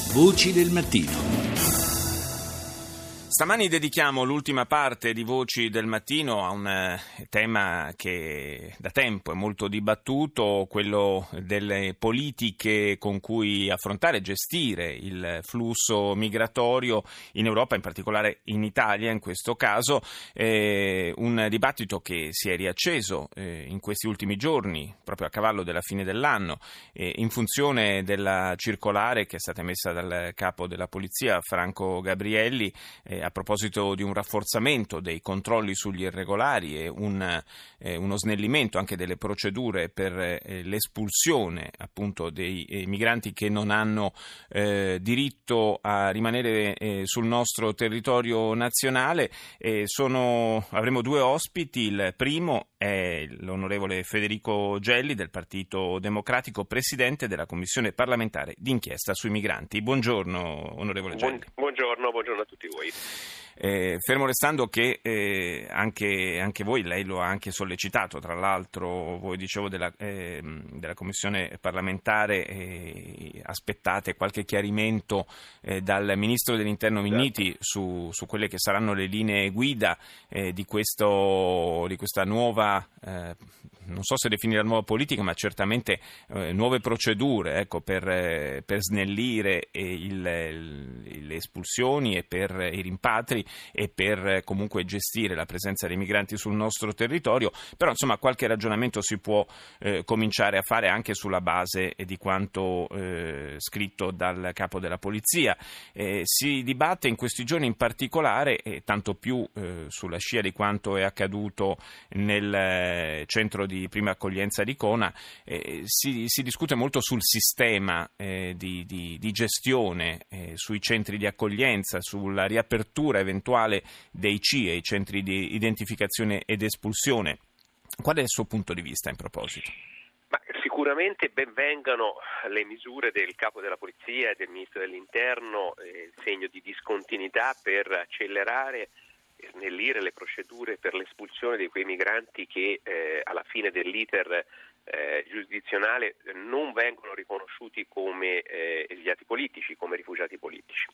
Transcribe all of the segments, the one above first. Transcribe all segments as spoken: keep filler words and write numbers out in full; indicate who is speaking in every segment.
Speaker 1: Voci del mattino.
Speaker 2: Stamani dedichiamo l'ultima parte di Voci del Mattino a un eh, tema che da tempo è molto dibattuto, quello delle politiche con cui affrontare e gestire il flusso migratorio in Europa, in particolare in Italia in questo caso. Eh, un dibattito che si è riacceso eh, in questi ultimi giorni, proprio a cavallo della fine dell'anno, eh, in funzione della circolare che è stata emessa dal capo della polizia, Franco Gabrielli, eh, a proposito di un rafforzamento dei controlli sugli irregolari e un, eh, uno snellimento anche delle procedure per eh, l'espulsione appunto dei eh, migranti che non hanno eh, diritto a rimanere eh, sul nostro territorio nazionale. Eh, sono, avremo due ospiti. Il primo è l'onorevole Federico Gelli del Partito Democratico, presidente della Commissione parlamentare d'inchiesta sui migranti. Buongiorno onorevole Gelli.
Speaker 3: Buongiorno, buongiorno a tutti voi.
Speaker 2: Eh, fermo restando che eh, anche, anche voi, lei lo ha anche sollecitato, tra l'altro voi dicevo della, eh, della Commissione parlamentare, eh, aspettate qualche chiarimento eh, dal Ministro dell'Interno Minniti su, su quelle che saranno le linee guida eh, di, questo, di questa nuova, eh, non so se definire nuova politica, ma certamente eh, nuove procedure ecco, per, eh, per snellire eh, il, il, le espulsioni e per i rimpatri e per comunque gestire la presenza dei migranti sul nostro territorio. Però insomma qualche ragionamento si può eh, cominciare a fare anche sulla base di quanto eh, scritto dal capo della polizia. Eh, si dibatte in questi giorni in particolare, e tanto più eh, sulla scia di quanto è accaduto nel eh, centro di prima accoglienza di Cona, eh, si, si discute molto sul sistema eh, di, di, di gestione, eh, sui centri di accoglienza, sulla riapertura eventuale dei C I E, i centri di identificazione ed espulsione. Qual è il suo punto di vista in proposito?
Speaker 3: Ma sicuramente ben vengano le misure del capo della polizia e del ministro dell'interno, eh, segno di discontinuità per accelerare e snellire le procedure per l'espulsione di quei migranti che eh, alla fine dell'iter eh, giurisdizionale non vengono riconosciuti come eh, esiliati politici, come rifugiati politici.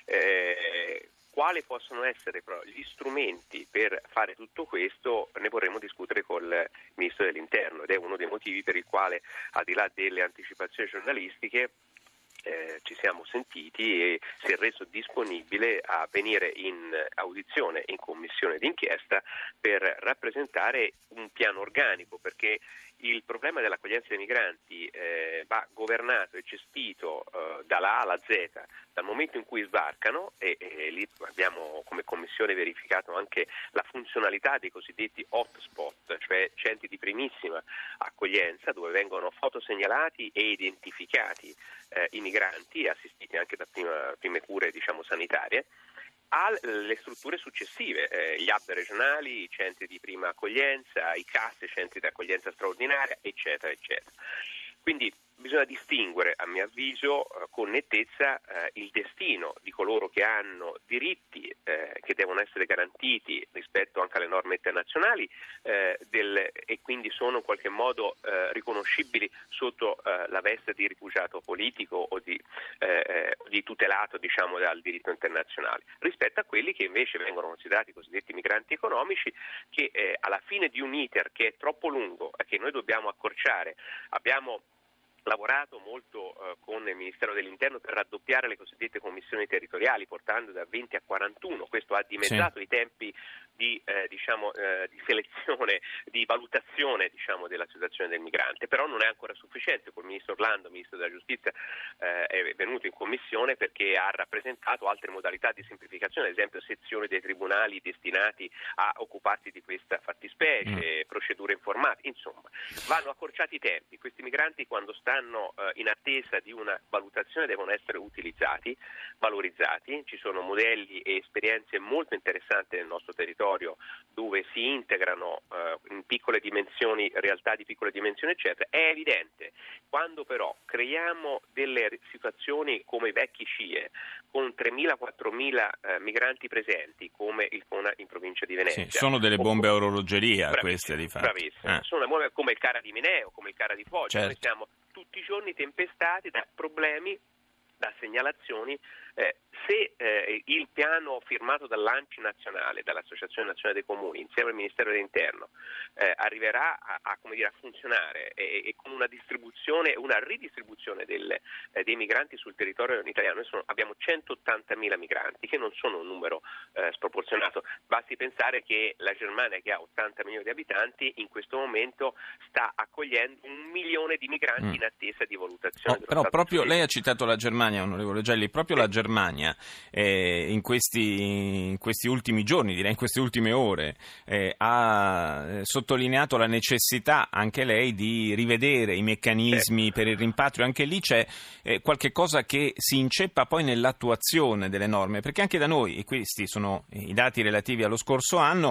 Speaker 3: Eh, Quali possono essere però gli strumenti per fare tutto questo ne vorremmo discutere col Ministro dell'Interno, ed è uno dei motivi per il quale, al di là delle anticipazioni giornalistiche, Eh, ci siamo sentiti e si è reso disponibile a venire in audizione in commissione d'inchiesta per rappresentare un piano organico, perché il problema dell'accoglienza dei migranti eh, va governato e gestito eh, dalla A alla Z dal momento in cui sbarcano, e, e lì abbiamo come commissione verificato anche la funzionalità dei cosiddetti hotspot, cioè centri di primissima accoglienza dove vengono fotosegnalati e identificati eh, i migranti, assistiti anche da prima, prime cure diciamo sanitarie, alle strutture successive, eh, gli hub regionali, i centri di prima accoglienza, i C A S, i centri di accoglienza straordinaria, eccetera, eccetera. Quindi bisogna distinguere, a mio avviso, eh, con nettezza eh, il destino di coloro che hanno diritti eh, che devono essere garantiti rispetto anche alle norme internazionali eh, del, e quindi sono in qualche modo eh, riconoscibili sotto eh, la veste di rifugiato politico o di, eh, di tutelato diciamo dal diritto internazionale, rispetto a quelli che invece vengono considerati i cosiddetti migranti economici, che eh, alla fine di un iter che è troppo lungo e che noi dobbiamo accorciare, abbiamo lavorato molto eh, con il Ministero dell'Interno per raddoppiare le cosiddette commissioni territoriali, portando da venti a quarantuno. Questo ha dimezzato sì. i tempi di, eh, diciamo, eh, di selezione, di valutazione diciamo, della situazione del migrante, però non è ancora sufficiente. Col Ministro Orlando, Ministro della Giustizia, eh, è venuto in commissione perché ha rappresentato altre modalità di semplificazione, ad esempio sezioni dei tribunali destinati a occuparsi di questa fattispecie, mm. procedure informatiche, insomma, vanno accorciati i tempi. Questi migranti, quando stanno in attesa di una valutazione, devono essere utilizzati, valorizzati. Ci sono modelli e esperienze molto interessanti nel nostro territorio dove si integrano eh, in piccole dimensioni, realtà di piccole dimensioni eccetera. È evidente, quando però creiamo delle situazioni come i vecchi C I E con tremila quattromila eh, migranti presenti come il Cona in provincia di Venezia,
Speaker 2: sì, sono delle bombe a orologeria
Speaker 3: queste
Speaker 2: di fatto.
Speaker 3: Bravissime, ah. sono come il Cara di Mineo, come il Cara di Foggia.
Speaker 2: Certo.
Speaker 3: Noi siamo tutti i giorni tempestati da problemi da segnalazioni, eh, se eh, il piano firmato dall'A N C I nazionale, dall'Associazione Nazionale dei Comuni, insieme al Ministero dell'Interno, eh, arriverà a, a, come dire, a funzionare e, e con una distribuzione, una ridistribuzione del, eh, dei migranti sul territorio italiano, noi sono, abbiamo centottantamila migranti, che non sono un numero eh, sproporzionato. Basti pensare che la Germania, che ha ottanta milioni di abitanti, in questo momento sta accogliendo un milione di migranti mm. in attesa di valutazione.
Speaker 2: Oh, però proprio lei ha citato la Germania, onorevole Gelli, proprio sì. La Germania eh, in, questi, in questi ultimi giorni, direi in queste ultime ore, eh, ha sottolineato la necessità anche lei di rivedere i meccanismi sì. per il rimpatrio. Anche lì c'è eh, qualche cosa che si inceppa poi nell'attuazione delle norme, perché anche da noi, e questi sono i dati relativi allo scorso anno,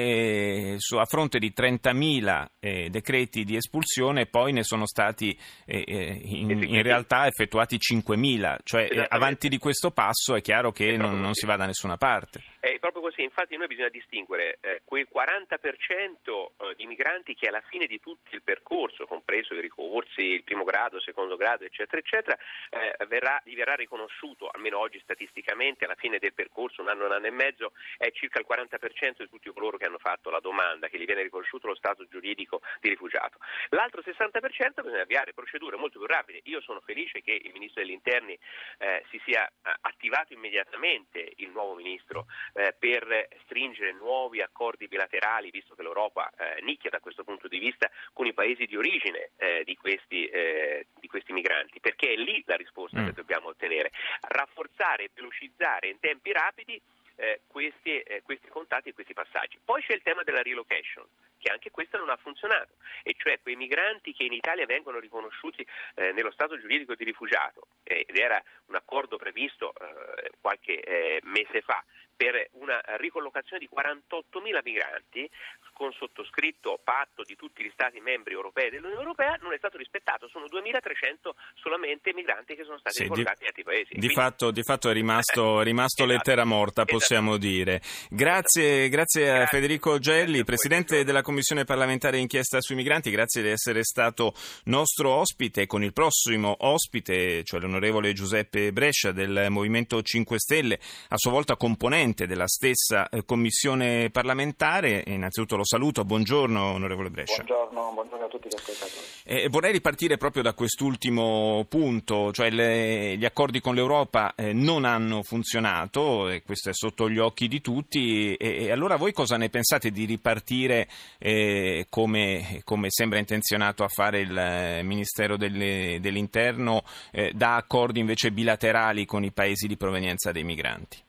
Speaker 2: eh, su, a fronte di trentamila eh, decreti di espulsione, poi ne sono stati eh, in, in realtà effettuati cinquemila, cioè eh, avanti di questo passo è chiaro che non, non si va da nessuna parte.
Speaker 3: È proprio così, infatti noi bisogna distinguere eh, quel quaranta per cento di migranti che alla fine di tutto il percorso, compreso i ricorsi, il primo grado, secondo grado, eccetera, eccetera, eh, verrà, gli verrà riconosciuto, almeno oggi statisticamente, alla fine del percorso, un anno, un anno e mezzo, è circa il quaranta per cento di tutti coloro che hanno fatto la domanda, che gli viene riconosciuto lo stato giuridico di rifugiato. L'altro sessanta per cento bisogna avviare procedure molto più rapide. Io sono felice che il Ministro degli Interni eh, si sia attivato immediatamente, il nuovo Ministro, eh, per stringere nuovi accordi bilaterali, visto che l'Europa eh, nicchia da questo punto di vista con i paesi di origine eh, di questi eh, di questi migranti, perché è lì la risposta mm. che dobbiamo ottenere. Rafforzare e velocizzare in tempi rapidi eh, questi, eh, questi contatti e questi passaggi. Poi c'è il tema della relocation, che anche questa non ha funzionato, e cioè quei migranti che in Italia vengono riconosciuti eh, nello stato giuridico di rifugiato, eh, ed era un accordo previsto eh, qualche eh, mese fa per una ricollocazione di quarantottomila migranti con sottoscritto patto di tutti gli stati membri europei dell'Unione Europea, non è stato rispettato. Sono duemilatrecento solamente migranti che sono stati sì, ricollocati in altri paesi.
Speaker 2: Di, Quindi... fatto, di fatto è rimasto, rimasto esatto, lettera morta, possiamo esatto. dire. Grazie, grazie a grazie. Federico Gelli, Presidente della Commissione parlamentare inchiesta sui migranti, grazie di essere stato nostro ospite. Con il prossimo ospite, cioè l'onorevole Giuseppe Brescia del Movimento cinque Stelle, a sua volta componente della stessa commissione parlamentare. Innanzitutto lo saluto, buongiorno onorevole Brescia.
Speaker 1: Buongiorno, buongiorno a tutti gli ascoltatori.
Speaker 2: Eh, vorrei ripartire proprio da quest'ultimo punto, cioè le, gli accordi con l'Europa eh, non hanno funzionato, e questo è sotto gli occhi di tutti, e, e allora voi cosa ne pensate di ripartire eh, come, come sembra intenzionato a fare il Ministero delle, dell'Interno eh, da accordi invece bilaterali con i paesi di provenienza dei migranti?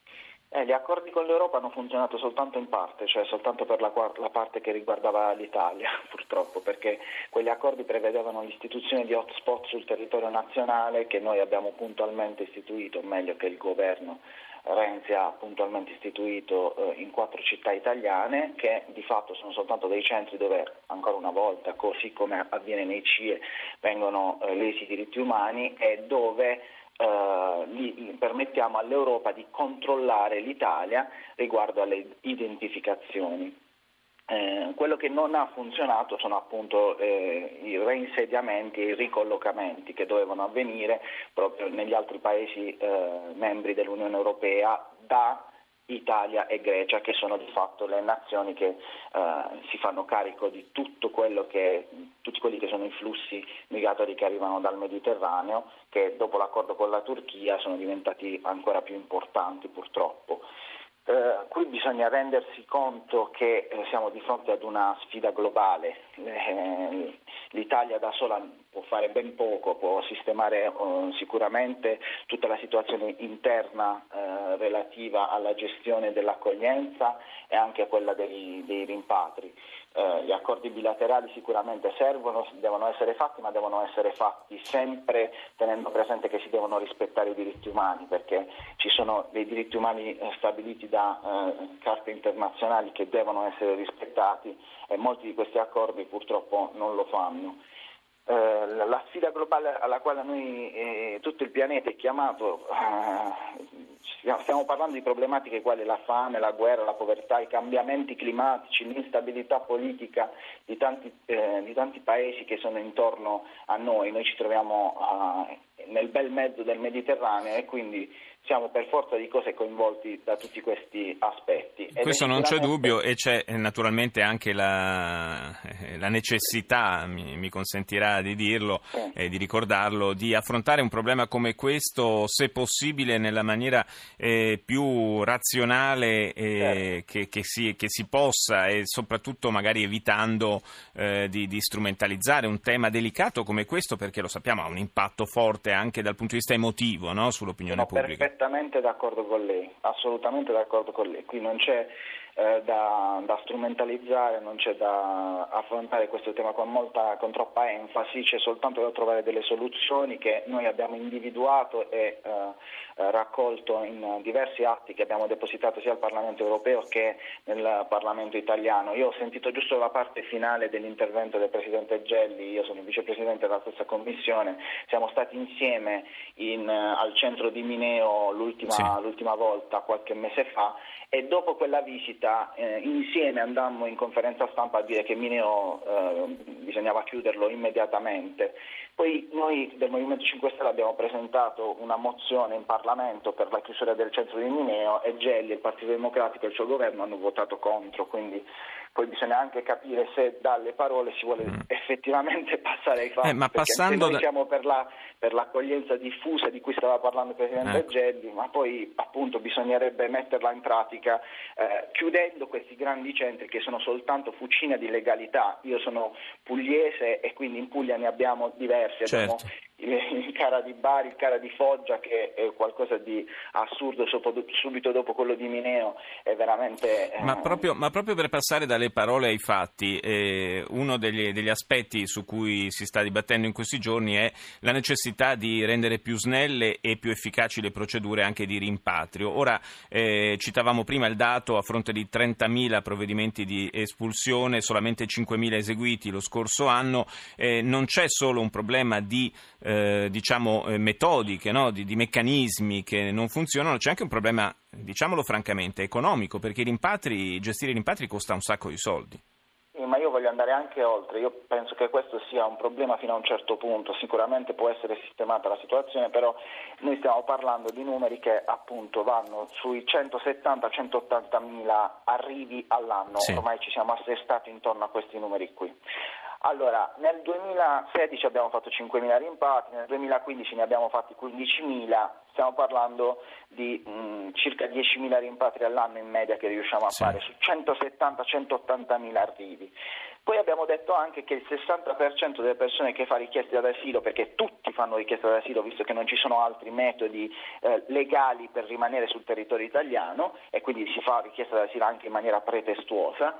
Speaker 1: Eh, gli accordi con l'Europa hanno funzionato soltanto in parte, cioè soltanto per la, la parte che riguardava l'Italia, purtroppo, perché quegli accordi prevedevano l'istituzione di hotspot sul territorio nazionale che noi abbiamo puntualmente istituito, o meglio che il governo Renzi ha puntualmente istituito eh, in quattro città italiane, che di fatto sono soltanto dei centri dove ancora una volta, così come avviene nei C I E, vengono eh, lesi i diritti umani, e dove Uh, li, permettiamo all'Europa di controllare l'Italia riguardo alle identificazioni. Eh, quello che non ha funzionato sono appunto eh, i reinsediamenti e i ricollocamenti che dovevano avvenire proprio negli altri paesi eh, membri dell'Unione Europea, da Italia e Grecia, che sono di fatto le nazioni che eh, si fanno carico di tutto quello che tutti quelli che sono i flussi migratori che arrivano dal Mediterraneo, che dopo l'accordo con la Turchia sono diventati ancora più importanti, purtroppo. Eh, qui bisogna rendersi conto che eh, siamo di fronte ad una sfida globale. Eh, L'Italia da sola può fare ben poco, può sistemare eh, sicuramente tutta la situazione interna eh, relativa alla gestione dell'accoglienza e anche a quella dei, dei rimpatri. Eh, gli accordi bilaterali sicuramente servono, devono essere fatti, ma devono essere fatti sempre tenendo presente che si devono rispettare i diritti umani, perché ci sono dei diritti umani eh, stabiliti da eh, carte internazionali che devono essere rispettati, e molti di questi accordi purtroppo non lo fanno. Eh, la sfida globale alla quale noi, eh, tutto il pianeta è chiamato, eh, stiamo parlando di problematiche quali la fame, la guerra, la povertà, i cambiamenti climatici, l'instabilità politica di tanti, eh, di tanti paesi che sono intorno a noi. Noi ci troviamo eh, nel bel mezzo del Mediterraneo e quindi siamo per forza di cose coinvolti da tutti questi aspetti. Ed
Speaker 2: Questo non
Speaker 1: sicuramente...
Speaker 2: c'è dubbio, e c'è naturalmente anche la, la necessità, mi, mi consentirà di dirlo e sì. eh, di ricordarlo, di affrontare un problema come questo, se possibile, nella maniera eh, più razionale eh, certo. che, che, si, che si possa, e soprattutto magari evitando eh, di, di strumentalizzare un tema delicato come questo, perché lo sappiamo ha un impatto forte anche dal punto di vista emotivo, no? Sull'opinione
Speaker 1: Sono
Speaker 2: pubblica.
Speaker 1: Perfettamente d'accordo con lei, assolutamente d'accordo con lei. Qui non c'è eh, da, da strumentalizzare, non c'è da affrontare questo tema con molta, con troppa enfasi, c'è soltanto da trovare delle soluzioni che noi abbiamo individuato e eh, eh, raccolto in diversi atti che abbiamo depositato sia al Parlamento europeo che nel Parlamento italiano. Io ho sentito giusto la parte finale dell'intervento del Presidente Gelli, io sono vicepresidente della stessa commissione, siamo stati insieme in, al centro di Mineo l'ultima, sì. l'ultima volta, qualche mese fa, e dopo quella visita eh, insieme andammo in conferenza stampa a dire che Mineo eh, bisognava chiuderlo immediatamente. Poi noi del Movimento cinque Stelle abbiamo presentato una mozione in Parlamento per la chiusura del centro di Mineo e Gelli, il Partito Democratico e il suo governo hanno votato contro, quindi poi bisogna anche capire se dalle parole si vuole mm. effettivamente passare ai fatti,
Speaker 2: eh, ma
Speaker 1: perché
Speaker 2: passando
Speaker 1: noi
Speaker 2: da...
Speaker 1: siamo per, la, per l'accoglienza diffusa di cui stava parlando il Presidente ecco. Gelli, ma poi appunto bisognerebbe metterla in pratica eh, chiudendo questi grandi centri che sono soltanto fucina di legalità. Io sono pugliese e quindi in Puglia ne abbiamo diversi,
Speaker 2: certo.
Speaker 1: abbiamo il Cara di Bari, il Cara di Foggia, che è qualcosa di assurdo, subito dopo quello di Mineo è veramente... Eh...
Speaker 2: Ma, proprio, ma proprio per passare dalle parole ai fatti, eh, uno degli, degli aspetti su cui si sta dibattendo in questi giorni è la necessità di rendere più snelle e più efficaci le procedure anche di rimpatrio. Ora, eh, citavamo prima il dato, a fronte di trentamila provvedimenti di espulsione, solamente cinquemila eseguiti lo scorso anno, eh, non c'è solo un problema di Eh, diciamo eh, metodiche, no? di, di meccanismi che non funzionano, c'è anche un problema, diciamolo francamente, economico, perché i rimpatri, gestire i rimpatri costa un sacco di soldi.
Speaker 1: Sì, ma io voglio andare anche oltre, io penso che questo sia un problema fino a un certo punto, sicuramente può essere sistemata la situazione, però noi stiamo parlando di numeri che appunto vanno sui centosettanta centottanta mila arrivi all'anno, sì. Ormai ci siamo assestati intorno a questi numeri qui. Allora, nel duemilasedici abbiamo fatto cinquemila rimpatri, nel duemilaquindici ne abbiamo fatti quindicimila, stiamo parlando di mh, circa diecimila rimpatri all'anno in media che riusciamo a sì. fare su centosettanta centottantamila arrivi. Poi abbiamo detto anche che il sessanta per cento delle persone che fa richiesta d'asilo, perché tutti fanno richiesta d'asilo visto che non ci sono altri metodi eh, legali per rimanere sul territorio italiano e quindi si fa richiesta d'asilo anche in maniera pretestuosa,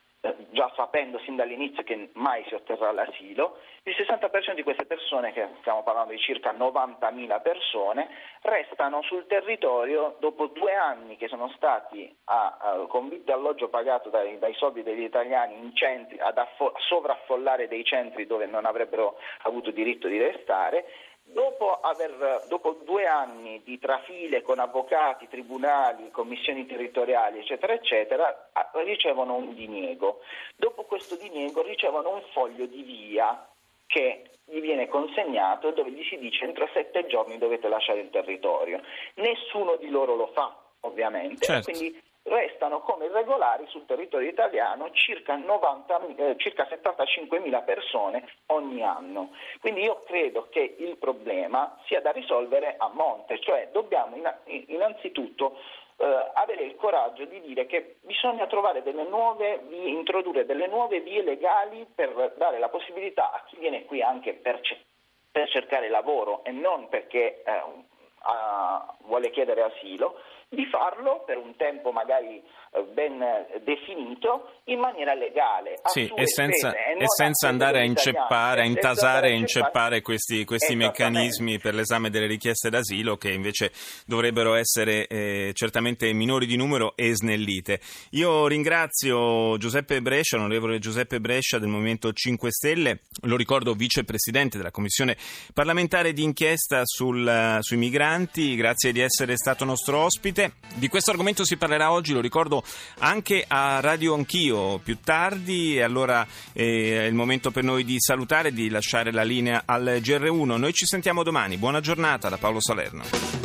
Speaker 1: già sapendo sin dall'inizio che mai si otterrà l'asilo, il sessanta per cento di queste persone, che stiamo parlando di circa novantamila persone, restano sul territorio dopo due anni che sono stati a, a, con vitto e alloggio pagato dai, dai soldi degli italiani in centri, ad affo- a sovraffollare dei centri dove non avrebbero avuto diritto di restare. Dopo, aver, dopo due anni di trafile con avvocati, tribunali, commissioni territoriali, eccetera, eccetera, ricevono un diniego. Dopo questo diniego ricevono un foglio di via che gli viene consegnato dove gli si dice entro sette giorni dovete lasciare il territorio. Nessuno di loro lo fa, ovviamente,
Speaker 2: certo.
Speaker 1: Quindi restano come irregolari sul territorio italiano circa, novanta, eh, circa settantacinquemila persone ogni anno. Quindi io credo che il problema sia da risolvere a monte, cioè dobbiamo innanzitutto eh, avere il coraggio di dire che bisogna trovare delle nuove vie, introdurre delle nuove vie legali per dare la possibilità a chi viene qui anche per, per cercare lavoro e non perché eh, a, vuole chiedere asilo, di farlo per un tempo magari ben definito in maniera legale
Speaker 2: sì, e senza, e e senza andare a inceppare, a intasare e inceppare questi, questi meccanismi per l'esame delle richieste d'asilo che invece dovrebbero essere eh, certamente minori di numero e snellite. Io ringrazio Giuseppe Brescia, onorevole Giuseppe Brescia del Movimento cinque Stelle, lo ricordo vicepresidente della Commissione parlamentare di inchiesta sul, sui migranti. Grazie di essere stato nostro ospite. Di questo argomento si parlerà oggi, lo ricordo, anche a Radio Anch'io più tardi, e allora eh, è il momento per noi di salutare e di lasciare la linea al G R uno. Noi ci sentiamo domani, buona giornata da Paolo Salerno.